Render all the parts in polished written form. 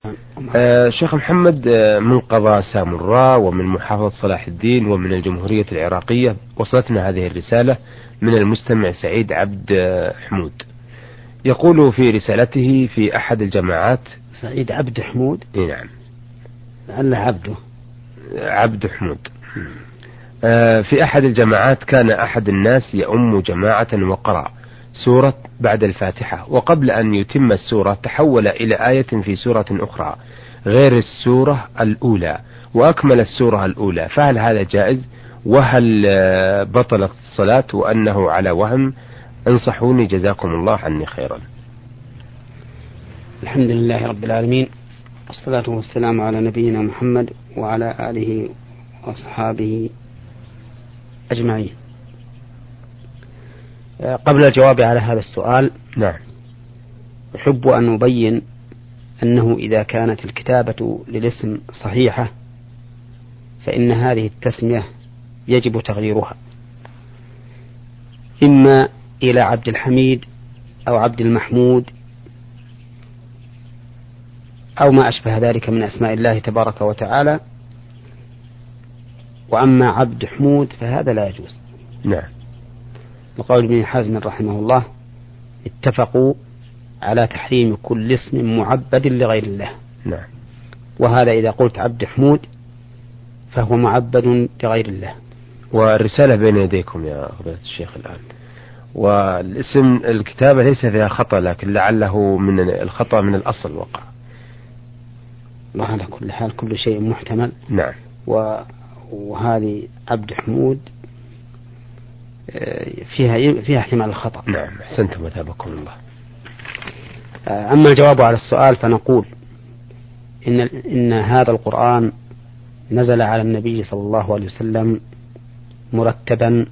شيخ محمد، من قضاء سامراء ومن محافظة صلاح الدين ومن الجمهورية العراقية وصلتنا هذه الرسالة من المستمع سعيد عبد حمود. يقول في رسالته: في أحد الجماعات. سعيد عبد حمود؟ نعم، لعل عبد حمود. في أحد الجماعات كان أحد الناس يؤم جماعة وقرأ سورة بعد الفاتحة، وقبل أن يتم السورة تحول إلى آية في سورة أخرى غير السورة الأولى وأكمل السورة الأولى، فهل هذا جائز؟ وهل بطلت الصلاة وأنه على وهم؟ انصحوني جزاكم الله عني خيرا. الحمد لله رب العالمين، والصلاة والسلام على نبينا محمد وعلى آله وأصحابه أجمعين. قبل الجواب على هذا السؤال، نعم، أحب أن أبين أنه إذا كانت الكتابة للاسم صحيحة فإن هذه التسمية يجب تغييرها، إما إلى عبد الحميد أو عبد المحمود أو ما أشبه ذلك من أسماء الله تبارك وتعالى. وأما عبد حمود فهذا لا يجوز. نعم. وقول ابن حزم رحمه الله: اتفقوا على تحريم كل اسم معبد لغير الله. نعم. وهذا إذا قلت عبد حمود فهو معبد لغير الله. والرسالة بين يديكم يا فضيلة الشيخ الآن، والاسم الكتابة ليس فيها خطأ، لكن لعله من الخطأ من الأصل وقع. على كل حال كل شيء محتمل. نعم. وهذه عبد حمود فيها احتمال الخطأ. نعم، أحسنتم وثابكم الله. أما الجواب على السؤال فنقول إن هذا القرآن نزل على النبي صلى الله عليه وسلم مرتبا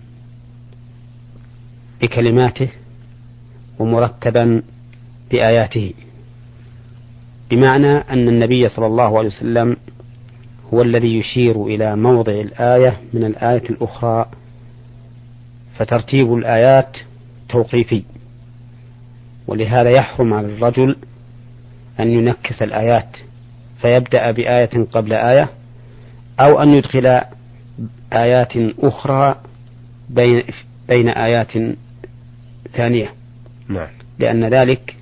بكلماته ومرتبا بآياته، بمعنى أن النبي صلى الله عليه وسلم هو الذي يشير إلى موضع الآية من الآية الأخرى، فترتيب الآيات توقيفي، ولهذا يحرم على الرجل أن ينكس الآيات فيبدأ بآية قبل آية، أو أن يدخل آيات أخرى بين آيات ثانية. نعم. لأن ذلك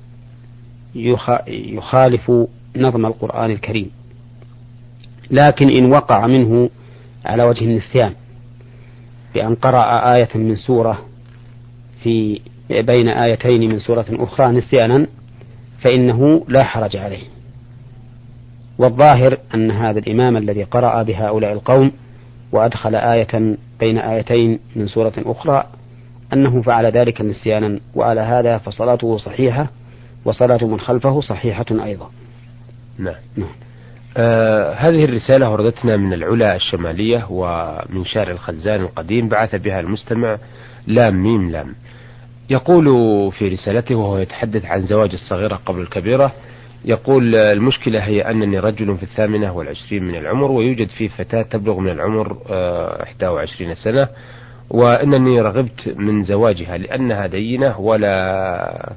يخالف نظم القرآن الكريم. لكن إن وقع منه على وجه النسيان بأن قرأ آية من سورة في بين آيتين من سورة أخرى نسيانا فإنه لا حرج عليه. والظاهر أن هذا الإمام الذي قرأ بهؤلاء القوم وأدخل آية بين آيتين من سورة أخرى أنه فعل ذلك نسيانا، وعلى هذا فصلاته صحيحة وصلاة من خلفه صحيحة أيضا. نعم. هذه الرسالة وردتنا من العلا الشمالية ومن شارع الخزان القديم، بعث بها المستمع لام ميم لام. يقول في رسالته وهو يتحدث عن زواج الصغيرة قبل الكبيرة، يقول: المشكلة هي أنني رجل في 28 من العمر، ويوجد في فتاة تبلغ من العمر 21 سنة، وأنني رغبت من زواجها لأنها دينة ولا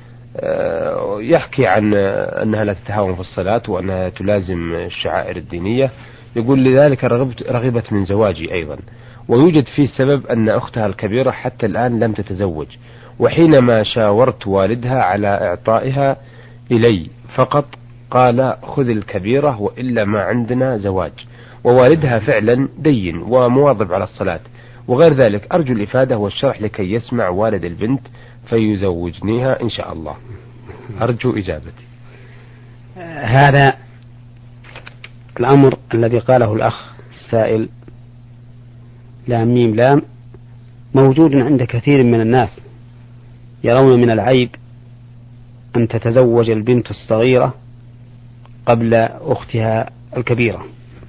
يحكي عن أنها لا تتهاون في الصلاة وأنها تلازم الشعائر الدينية. يقول: لذلك رغبت من زواجي أيضا، ويوجد فيه سبب أن أختها الكبيرة حتى الآن لم تتزوج، وحينما شاورت والدها على إعطائها إلي فقط قال: خذ الكبيرة وإلا ما عندنا زواج، ووالدها فعلا دين ومواظب على الصلاة وغير ذلك. أرجو الإفادة والشرح لكي يسمع والد البنت فيزوجنيها إن شاء الله. أرجو إجابتي. هذا الأمر الذي قاله الأخ السائل لام ميم لام موجود عند كثير من الناس، يرون من العيب أن تتزوج البنت الصغيرة قبل أختها الكبيرة،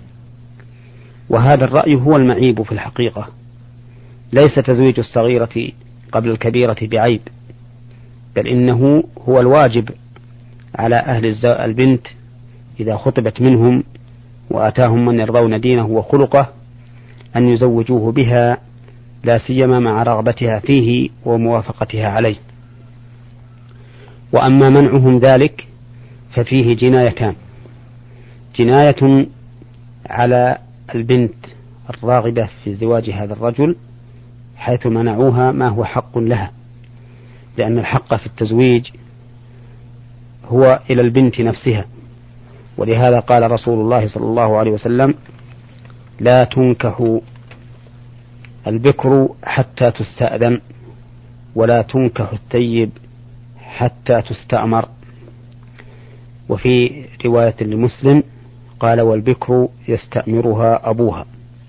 وهذا الرأي هو المعيب في الحقيقة. ليس تزويج الصغيرة قبل الكبيرة بعيب، بل إنه هو الواجب على أهل البنت إذا خطبت منهم وأتاهم من يرضون دينه وخلقه أن يزوجوه بها، لا سيما مع رغبتها فيه وموافقتها عليه. وأما منعهم ذلك ففيه جنايتان: جناية على البنت الراغبة في زواج هذا الرجل حيث منعوها ما هو حق لها، لأن الحق في التزويج هو إلى البنت نفسها، ولهذا قال رسول الله صلى الله عليه وسلم: لا تنكح البكر حتى تستأذن، ولا تنكح الثيب حتى تستأمر. وفي رواية لمسلم قال: والبكر يستأمرها أبوها.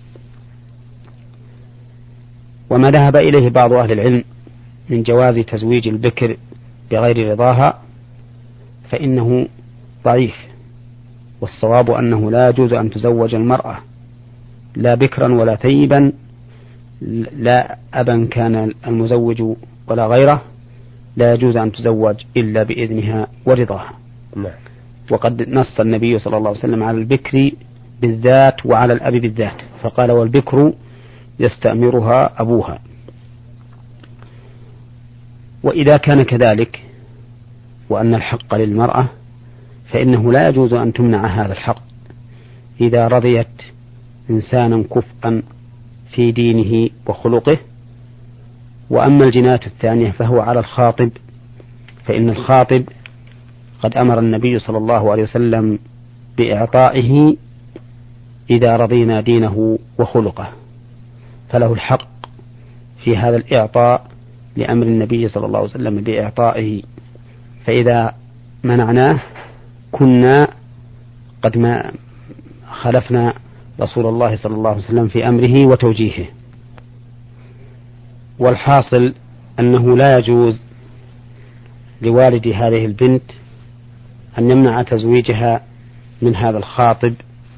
وما ذهب إليه بعض أهل العلم من جواز تزويج البكر بغير رضاها فإنه ضعيف، والصواب أنه لا يجوز أن تزوج المرأة لا بكرا ولا ثيبا، لا أبا كان المزوج ولا غيره، لا يجوز أن تزوج إلا بإذنها ورضاها. وقد نص النبي صلى الله عليه وسلم على البكر بالذات وعلى الأب بالذات، فقال: والبكر يستأمرها أبوها. وإذا كان كذلك وأن الحق للمرأة فإنه لا يجوز أن تمنع هذا الحق إذا رضيت إنسانا كفءا في دينه وخلقه. وأما الجناية الثانية فهو على الخاطب، فإن الخاطب قد أمر النبي صلى الله عليه وسلم بإعطائه إذا رضينا دينه وخلقه، فله الحق في هذا الإعطاء لأمر النبي صلى الله عليه وسلم بإعطائه، فإذا منعناه كنا قد ما خلفنا رسول الله صلى الله عليه وسلم في أمره وتوجيهه. والحاصل أنه لا يجوز لوالد هذه البنت أن يمنع تزويجها من هذا الخاطب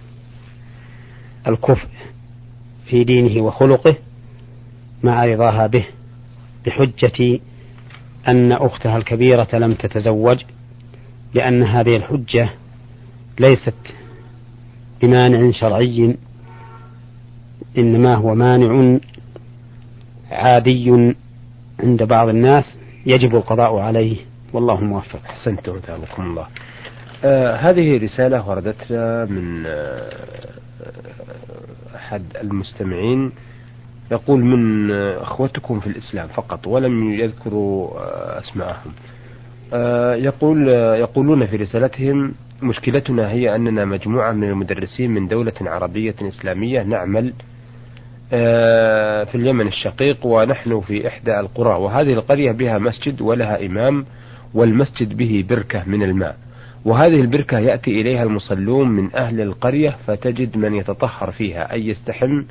الكفء في دينه وخلقه مع رضاها به، بحجة أن أختها الكبيرة لم تتزوج، لأن هذه الحجة ليست بمانع شرعي، إنما هو مانع عادي عند بعض الناس يجب القضاء عليه، والله موفق. أحسنتم، وثابكم الله. هذه رسالة وردتنا من أحد المستمعين، يقول: من أخوتكم في الإسلام فقط، ولم يذكروا أسماءهم. يقولون في رسالتهم: مشكلتنا هي أننا مجموعة من المدرسين من دولة عربية إسلامية نعمل في اليمن الشقيق، ونحن في إحدى القرى، وهذه القرية بها مسجد ولها إمام، والمسجد به بركة من الماء، وهذه البركة يأتي إليها المصلون من أهل القرية، فتجد من يتطهر فيها أي يستحم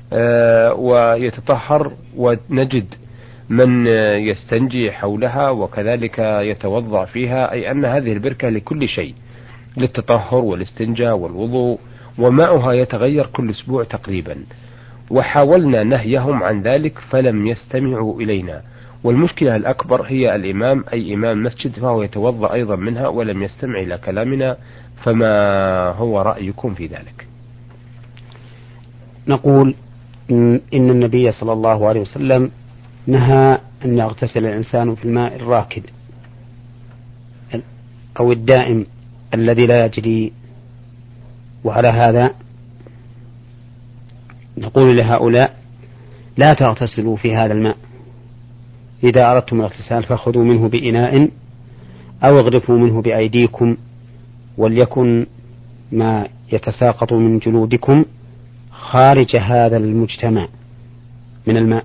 ويتطهر، ونجد من يستنجي حولها وكذلك يتوضأ فيها، أي أن هذه البركة لكل شيء، للتطهر والاستنجاء والوضوء، وماؤها يتغير كل أسبوع تقريبا. وحاولنا نهيهم عن ذلك فلم يستمعوا إلينا، والمشكلة الأكبر هي الإمام، أي إمام مسجد، فهو يتوضأ أيضا منها ولم يستمع إلى كلامنا، فما هو رأيكم في ذلك؟ نقول إن النبي صلى الله عليه وسلم نهى أن يغتسل الإنسان في الماء الراكد أو الدائم الذي لا يجري، وعلى هذا نقول لهؤلاء: لا تغتسلوا في هذا الماء، إذا أردتم الاغتسال فخذوا منه بإناء أو اغرفوا منه بأيديكم، وليكن ما يتساقط من جلودكم خارج هذا المجتمع من الماء،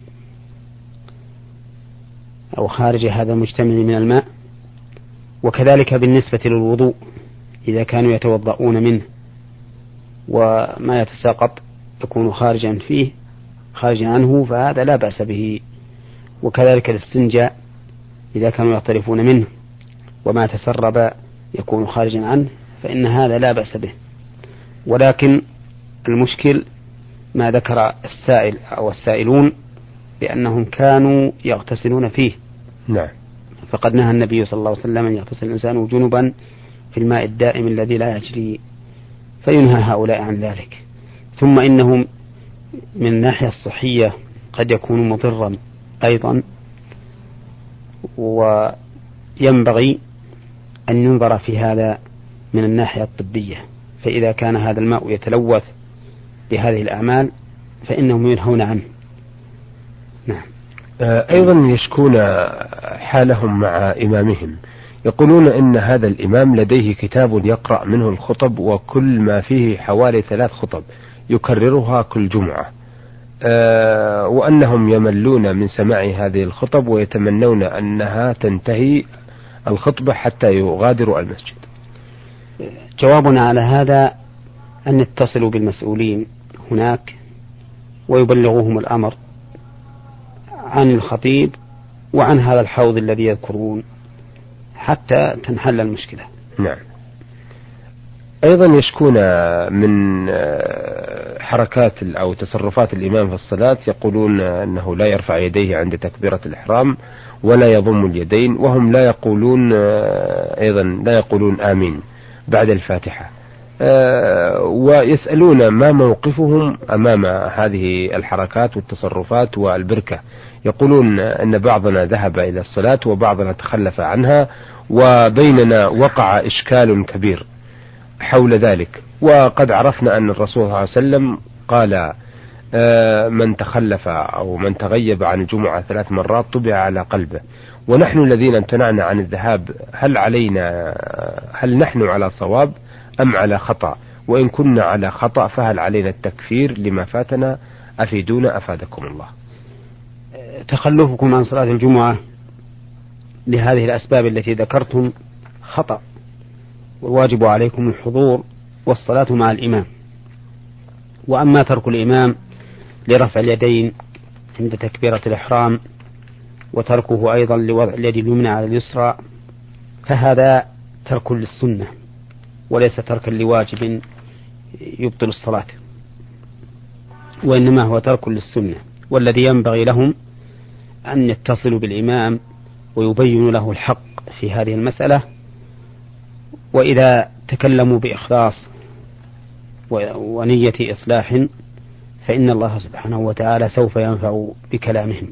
أو خارج هذا المجتمع من الماء. وكذلك بالنسبة للوضوء، إذا كانوا يتوضؤون منه وما يتساقط يكون خارجا فيه خارجا عنه، فهذا لا بأس به. وكذلك الاستنجاء، إذا كانوا يغترفون منه وما تسرب يكون خارجا عنه، فإن هذا لا بأس به. ولكن المشكل ما ذكر السائل أو السائلون بأنهم كانوا يغتسلون فيه. نعم. فقد نهى النبي صلى الله عليه وسلم أن يغتسل الإنسان جنبا في الماء الدائم الذي لا يجري، فينهى هؤلاء عن ذلك. ثم إنهم من الناحية الصحية قد يكون مضرا أيضا، وينبغي أن ينظر في هذا من الناحية الطبية، فإذا كان هذا الماء يتلوث بهذه الأعمال فإنهم ينهون عنه. نعم. أيضا يشكون حالهم مع إمامهم، يقولون إن هذا الإمام لديه كتاب يقرأ منه الخطب، وكل ما فيه حوالي 3 خطب يكررها كل جمعة، وأنهم يملون من سماع هذه الخطب ويتمنون أنها تنتهي الخطبة حتى يغادروا المسجد. جوابنا على هذا أن يتصلوا بالمسؤولين هناك ويبلغوهم الأمر عن الخطيب وعن هذا الحوض الذي يذكرون حتى تنحل المشكلة. نعم. أيضا يشكون من حركات أو تصرفات الإمام في الصلاة، يقولون أنه لا يرفع يديه عند تكبيرة الإحرام ولا يضم اليدين، وهم لا يقولون أيضا لا يقولون آمين بعد الفاتحة، ويسألون ما موقفهم أمام هذه الحركات والتصرفات والبركة. يقولون أن بعضنا ذهب إلى الصلاة وبعضنا تخلف عنها، وبيننا وقع إشكال كبير حول ذلك، وقد عرفنا أن الرسول صلى الله عليه وسلم قال من تخلف أو من تغيب عن الجمعة 3 مرات طبع على قلبه، ونحن الذين امتنعنا عن الذهاب هل نحن على صواب أم على خطأ؟ وإن كنا على خطأ فهل علينا التكفير لما فاتنا؟ أفيدونا أفادكم الله. تخلفكم عن صلاة الجمعة لهذه الأسباب التي ذكرتم خطأ، والواجب عليكم الحضور والصلاة مع الإمام. وأما ترك الإمام لرفع اليدين عند تكبيرة الإحرام وتركه أيضا لوضع اليد اليمنى على اليسرى فهذا ترك للسنة وليس تركا لواجب يبطل الصلاة، وإنما هو ترك للسنة. والذي ينبغي لهم أن يتصلوا بالإمام ويبينوا له الحق في هذه المسألة، وإذا تكلموا بإخلاص ونية إصلاح فإن الله سبحانه وتعالى سوف ينفع بكلامهم.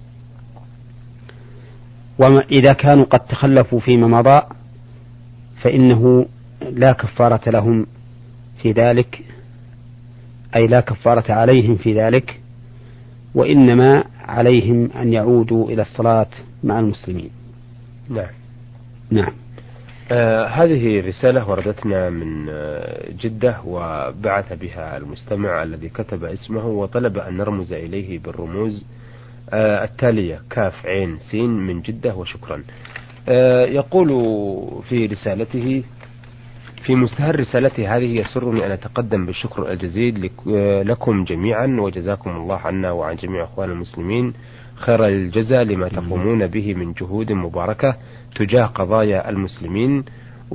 وإذا كانوا قد تخلفوا فيما مضى فإنه لا كفارة لهم في ذلك، أي لا كفارة عليهم في ذلك، وإنما عليهم أن يعودوا إلى الصلاة مع المسلمين. نعم. نعم. هذه رسالة وردتنا من جدة، وبعث بها المستمع الذي كتب اسمه وطلب أن نرمز إليه بالرموز التالية: كاف عين سين من جدة وشكرا. يقول في رسالته: في مستهل رسالتي هذه يسرني أن أتقدم بالشكر الجزيل لكم جميعا، وجزاكم الله عنا وعن جميع أخوان المسلمين خير الجزاء لما تقومون به من جهود مباركة تجاه قضايا المسلمين.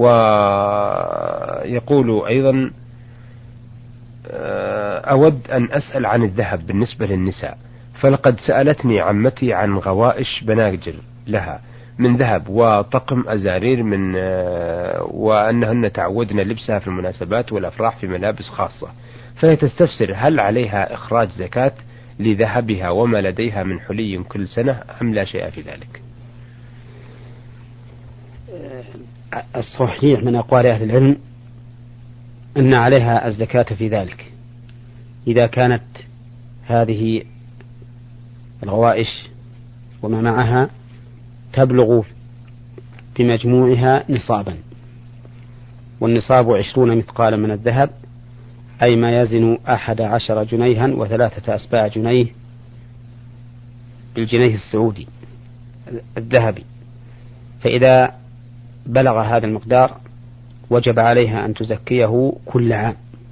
ويقول أيضا: أود أن أسأل عن الذهب بالنسبة للنساء، فلقد سألتني عمتي عن غوائش بناجر لها من ذهب وطقم أزارير وأنهن تعودن لبسها في المناسبات والأفراح في ملابس خاصة، فهي تستفسر هل عليها إخراج زكاة لذهبها وما لديها من حلي كل سنة أم لا شيء في ذلك؟ الصحيح من أقوال أهل العلم أن عليها الزكاة في ذلك إذا كانت هذه الغوائش وما معها تبلغ بمجموعها نصابا، والنصاب 20 مثقالا من الذهب، أي ما يزن 11 جنيها و3 أسباع جنيه بالجنيه السعودي الذهبي. فإذا بلغ هذا المقدار وجب عليها أن تزكيه كل عام،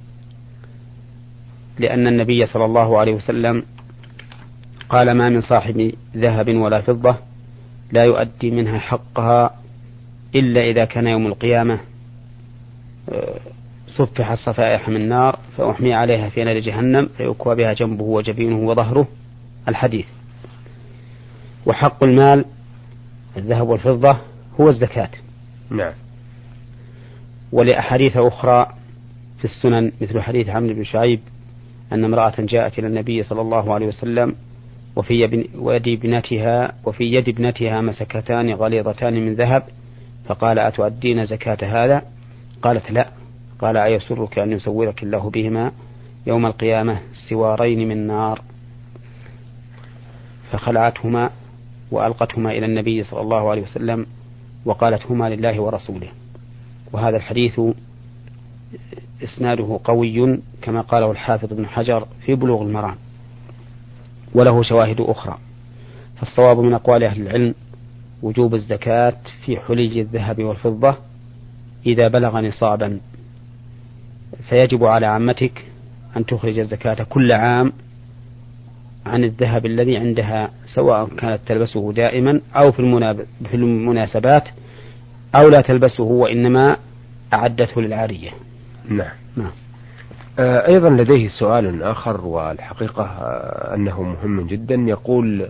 لأن النبي صلى الله عليه وسلم قال: ما من صاحب ذهب ولا فضة لا يؤدي منها حقها إلا إذا كان يوم القيامة صفح الصفائح من نار فأحمي عليها في نار جهنم فيكوى بها جنبه وجبينه وظهره، الحديث. وحق المال الذهب والفضة هو الزكاة. نعم. ولأحاديث أخرى في السنن مثل حديث عمرو بن شعيب أن امرأة جاءت إلى النبي صلى الله عليه وسلم وفي يد ابنتها مسكتان غليظتان من ذهب، فقال أتؤدين زكاة هذا؟ قالت لا. قال أيسرك أن يسورك الله بهما يوم القيامة سوارين من نار؟ فخلعتهما وألقتهما إلى النبي صلى الله عليه وسلم وقالت هما لله ورسوله. وهذا الحديث إسناده قوي كما قاله الحافظ ابن حجر في بلوغ المرام، وله شواهد أخرى. فالصواب من أقوال أهل العلم وجوب الزكاة في حلي الذهب والفضة إذا بلغ نصابا، فيجب على عمتك أن تخرج الزكاة كل عام عن الذهب الذي عندها، سواء كانت تلبسه دائما أو في المناسبات، أو لا تلبسه وإنما أعدته للعارية. نعم. أيضا لديه سؤال آخر، والحقيقة أنه مهم جدا. يقول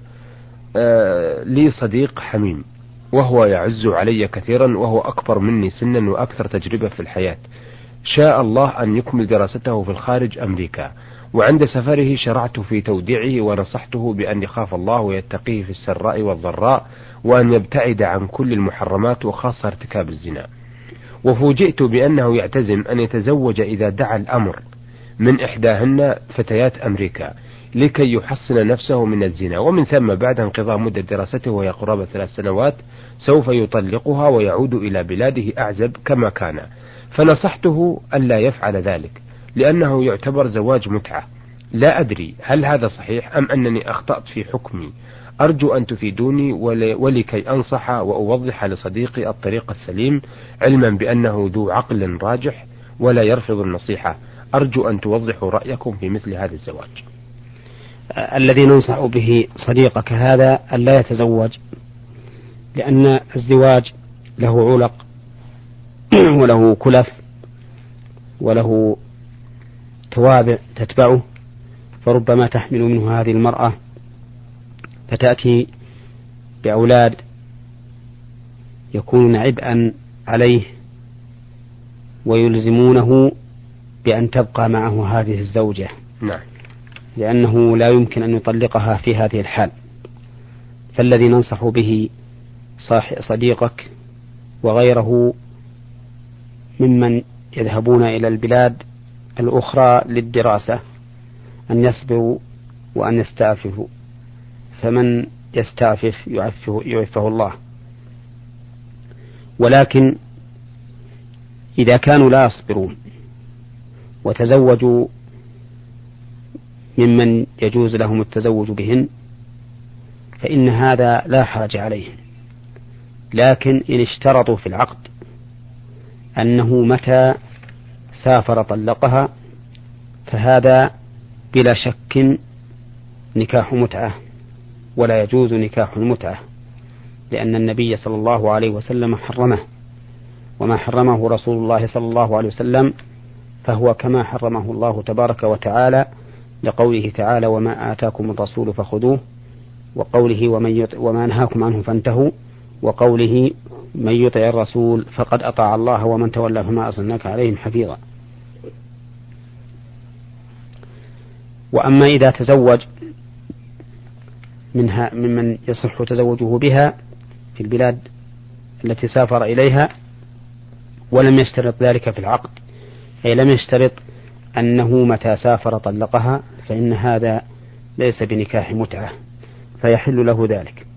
لي صديق حميم وهو يعز علي كثيرا، وهو أكبر مني سنا وأكثر تجربة في الحياة. شاء الله أن يكمل دراسته في الخارج أمريكا، وعند سفره شرعت في توديعه ونصحته بأن يخاف الله ويتقيه في السراء والضراء، وأن يبتعد عن كل المحرمات وخاصة ارتكاب الزنا. وفوجئت بأنه يعتزم أن يتزوج إذا دعا الأمر من إحداهن فتيات أمريكا لكي يحصن نفسه من الزنا، ومن ثم بعد انقضاء مدة دراسته وهي قرابة 3 سنوات سوف يطلقها ويعود إلى بلاده أعزب كما كان. فنصحته ألا يفعل ذلك لأنه يعتبر زواج متعة. لا أدري هل هذا صحيح أم أنني أخطأت في حكمي. أرجو أن تفيدوني ولكي أنصح وأوضح لصديقي الطريق السليم، علما بأنه ذو عقل راجح ولا يرفض النصيحة. أرجو أن توضحوا رأيكم في مثل هذا الزواج. الذي ننصح به صديقك هذا ألا يتزوج، لأن الزواج له علق وله كلف وله توابع تتبعه، فربما تحمل منه هذه المرأة فتأتي بأولاد يكونون عبئا عليه ويلزمونه بأن تبقى معه هذه الزوجة. نعم. لأنه لا يمكن أن يطلقها في هذه الحال. فالذي ننصح به صديقك وغيره ممن يذهبون إلى البلاد الأخرى للدراسة أن يصبروا وأن يستعففوا، فمن يستعفف يعفه الله. ولكن إذا كانوا لا يصبرون وتزوجوا ممن يجوز لهم التزوج بهن فإن هذا لا حرج عليه. لكن إن اشترطوا في العقد أنه متى سافر طلقها فهذا بلا شك نكاح متعة، ولا يجوز نكاح المتعة، لأن النبي صلى الله عليه وسلم حرمه، وما حرمه رسول الله صلى الله عليه وسلم فهو كما حرمه الله تبارك وتعالى، لقوله تعالى وما آتاكم الرسول فخذوه، وقوله وما نهاكم عنه فانتهوا، وقوله من يطع الرسول فقد أطاع الله ومن تولى فما أرسلناك عليهم حفيظا. وأما إذا تزوج منها ممن يصح تزوجه بها في البلاد التي سافر إليها ولم يشترط ذلك في العقد، أي لم يشترط أنه متى سافر طلقها، فإن هذا ليس بنكاح متعة فيحل له ذلك.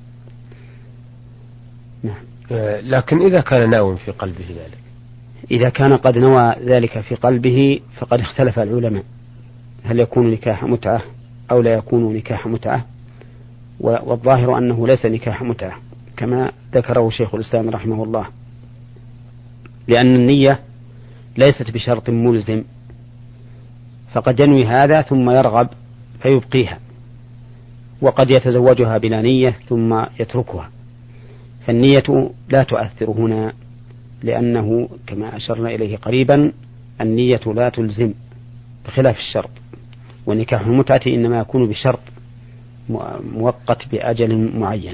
نعم. لكن إذا كان ناوٍ في قلبه ذلك، إذا كان قد نوى ذلك في قلبه فقد اختلف العلماء هل يكون نكاح متعة أو لا يكون نكاح متعة، والظاهر أنه ليس نكاح متعة كما ذكره شيخ الإسلام رحمه الله، لأن النية ليست بشرط ملزم، فقد ينوي هذا ثم يرغب فيبقيها، وقد يتزوجها بلا نية ثم يتركها، فالنية لا تؤثر هنا، لأنه كما أشرنا إليه قريبا النية لا تلزم بخلاف الشرط، ونكاح المتعة إنما يكون بشرط مؤقت بأجل معين.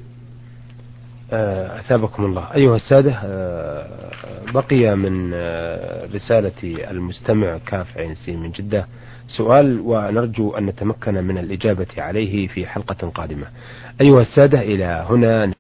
أثابكم الله. أيها السادة، بقي من رسالة المستمع كاف عين سين من جدة سؤال، ونرجو أن نتمكن من الإجابة عليه في حلقة قادمة. أيها السادة، إلى هنا